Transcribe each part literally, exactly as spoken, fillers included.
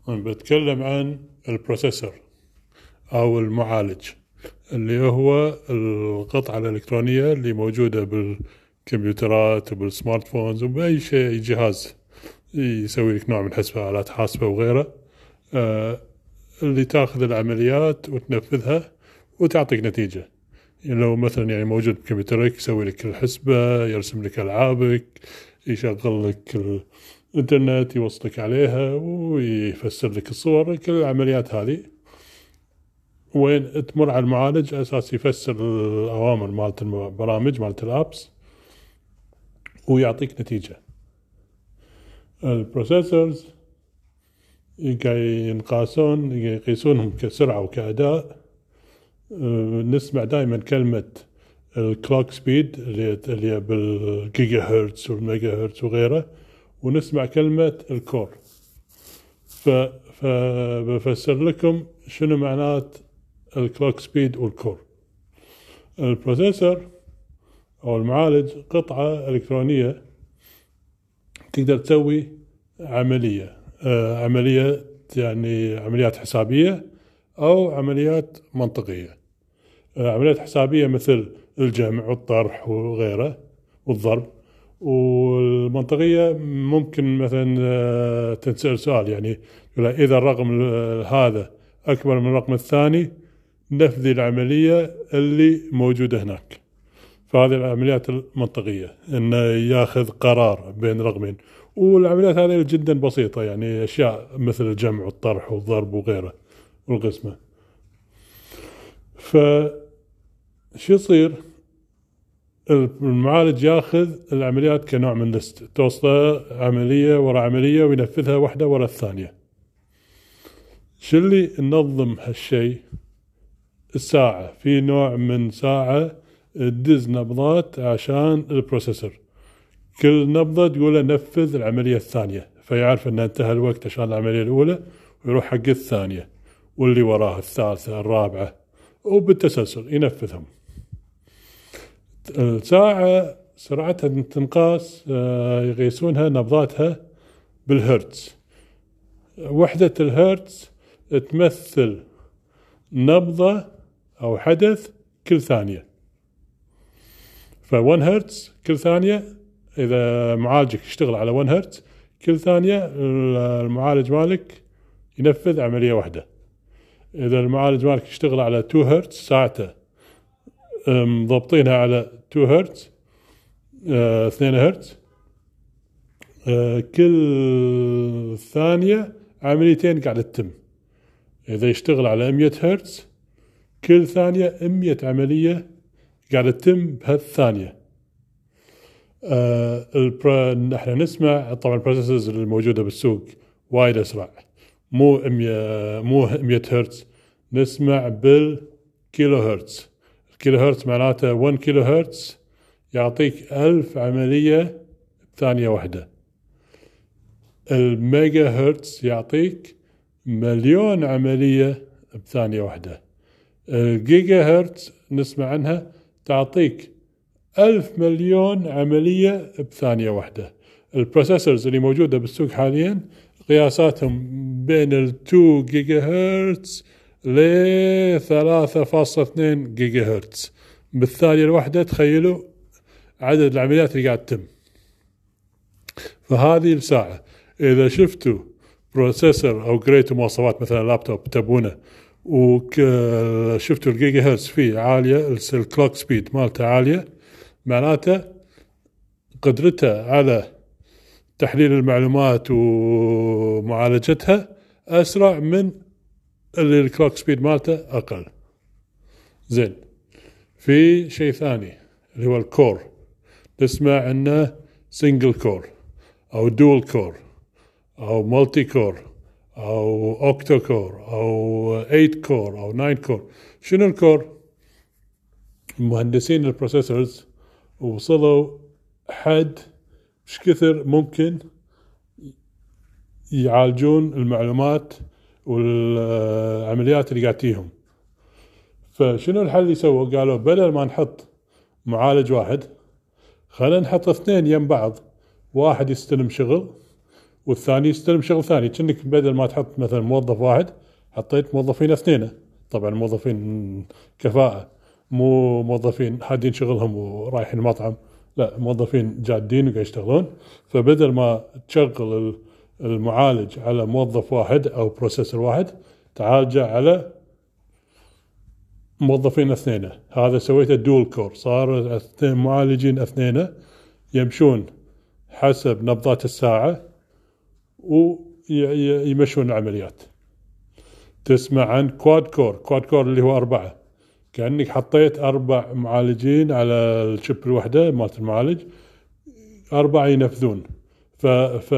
بتكلم عن البروسيسور أو المعالج اللي هو القطعة الإلكترونية اللي موجودة بالكمبيوترات وبالسمارت فونز وبأي شيء جهاز يسوي لك نوع من حسبة آلات حاسبة وغيره، آه اللي تاخذ العمليات وتنفذها وتعطيك نتيجة. يعني لو مثلا يعني موجود بكمبيوترك يسوي لك الحسبة، يرسم لك ألعابك، يشغل لك الإنترنت، يوصلك عليها ويفسر لك الصور، كل العمليات هذه وين تمر على المعالج أساس يفسر الأوامر مالت البرامج مالت الأبس ويعطيك نتيجة. البروسيسورز ينقاسون يقيسونهم كسرعة وكأداء. نسمع دائما كلمة الكلوك سبيد اللي هي بالجيجا هرتز والميجا هرتز وغيره، ونسمع كلمة الكور. فبفسر لكم شنو معنات الكلوك سبيد والكور. البروسيسور أو المعالج قطعة إلكترونية تقدر تسوي عملية آه عملية يعني عمليات حسابية أو عمليات منطقية. آه عمليات حسابية مثل الجمع والطرح وغيره والضرب، والمنطقية ممكن مثلا آه تنسأل سؤال يعني إذا الرقم هذا أكبر من الرقم الثاني نفذي العملية اللي موجودة هناك. فهذه العمليات المنطقية إنه ياخذ قرار بين رقمين، والعمليات هذه جدا بسيطة يعني أشياء مثل الجمع والطرح والضرب وغيره والقسمة. فشو يصير؟ المعالج ياخذ العمليات كنوع من لست، توصله عملية ورا عملية وينفذها واحدة ورا الثانية. شو اللي ننظم هالشيء؟ الساعة، في نوع من ساعة تدز نبضات عشان البروسيسور، كل نبضة تقول نفذ العملية الثانية، فيعرف أن انتهى الوقت عشان العملية الأولى ويروح حق الثانية واللي وراها الثالثة الرابعة وبالتسلسل ينفذهم. الساعة سرعتها تنقاس، يقيسونها نبضاتها بالهرتز. وحدة الهرتز تمثل نبضة أو حدث كل ثانية. فون هرتز كل ثانية، إذا معالجك يشتغل على ون هرتز كل ثانية المعالج مالك ينفذ عملية واحدة. إذا المعالج مالك يشتغل على تو هرتز ساعته مضبطينها على تو هرتز اه اثنين هرتز، اه كل ثانية عمليتين قاعدة تتم. إذا يشتغل على مية هرتز كل ثانية مية عملية قاعدة تتم بهالثانية. آه نحن نسمع طبعا البروسيسورز الموجودة بالسوق وايد أسرع، مو مية مو مية هرتز، نسمع بالكيلو هرتز. الكيلو هرتز معناته واحد كيلو هرتز يعطيك ألف عملية بثانية واحدة. الميجا هرتز يعطيك مليون عملية بثانية واحدة. الجيجا هرتز نسمع عنها تعطيك ألف مليون عملية بثانية واحدة. البروسيسورز اللي موجودة بالسوق حاليا قياساتهم بين التو جيجا هرتز ل ثلاثة فاصلة اثنين جيجا هرتز بالثانية الواحدة. تخيلوا عدد العمليات اللي قاعد تتم. فهذه الساعة إذا شفتوا بروسيسور أو قريتوا مواصفات مثلا لابتوب تبونه وشفتوا الجيجا هرتز فيه عالية، الكلوك سبيد مالته عالية، معناته قدرته على تحليل المعلومات ومعالجتها أسرع من اللي الكلوك سبيد مالته أقل. زين، في شيء ثاني اللي هو الكور. نسمع عنه سينجل كور أو دول كور أو مالتي كور أو أوكتو كور أو ايت كور أو ناين كور. شنو الكور؟ مهندسين البروسيسورز وصلوا حد مش كثر ممكن يعالجون المعلومات والعمليات اللي قاعدتيهم. فشنو الحل اللي سووا؟ قالوا بدل ما نحط معالج واحد خلينا نحط اثنين يم بعض، واحد يستلم شغل والثاني يستلم شغل ثاني، كأنك بدل ما تحط مثلا موظف واحد حطيت موظفين اثنين. طبعا موظفين كفاءة، مو موظفين حادين شغلهم ورايحين المطعم، لا موظفين جادين وقاعد يشتغلون. فبدل ما تشغل المعالج على موظف واحد أو بروسيسور واحد، تعالجه على موظفين اثنين. هذا سويته دول كور، صار اثنين معالجين اثنين يمشون حسب نبضات الساعة ويمشون العمليات. تسمع عن كواد كور، كواد كور اللي هو أربعة، كأنك حطيت أربع معالجين على الشيب الوحدة مالت المعالج، أربعة ينفذون. ف ف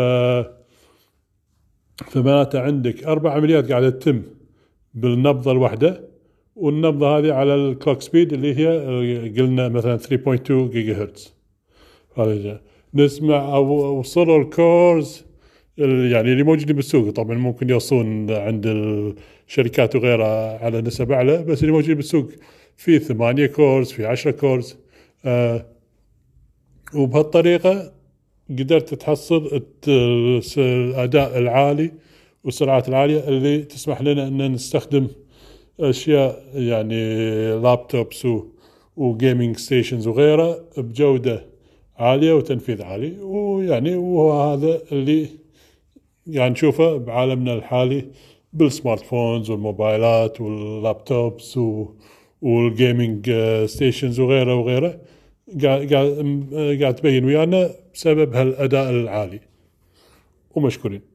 فمعناته عندك أربع عمليات قاعدة تتم بالنبضة الواحدة، والنبضة هذه على الكلوك سبيد اللي هي قلنا مثلا ثلاثة فاصلة اثنين جيجا هرتز. هذا نسمع أو وصلوا الكورز يعني اللي موجودين بالسوق. طبعا ممكن يوصلون عند الشركات وغيرها على نسب أعلى، بس اللي موجودين بالسوق في ثمانية كورز، في عشرة كورز. آه وبهالطريقة قدرت تحصل الأداء العالي والسرعات العالية اللي تسمح لنا أن نستخدم أشياء يعني لابتوبس وجيمينج ستيشنز وغيرها بجودة عالية وتنفيذ عالي. ويعني وهذا اللي يعني نشوفه بعالمنا الحالي بالسمارت فونز والموبايلات واللابتوبس والجيمينج ستيشنز وغيره وغيره، قاعد قاعد تبين ويانا بسبب هالأداء العالي. ومشكورين.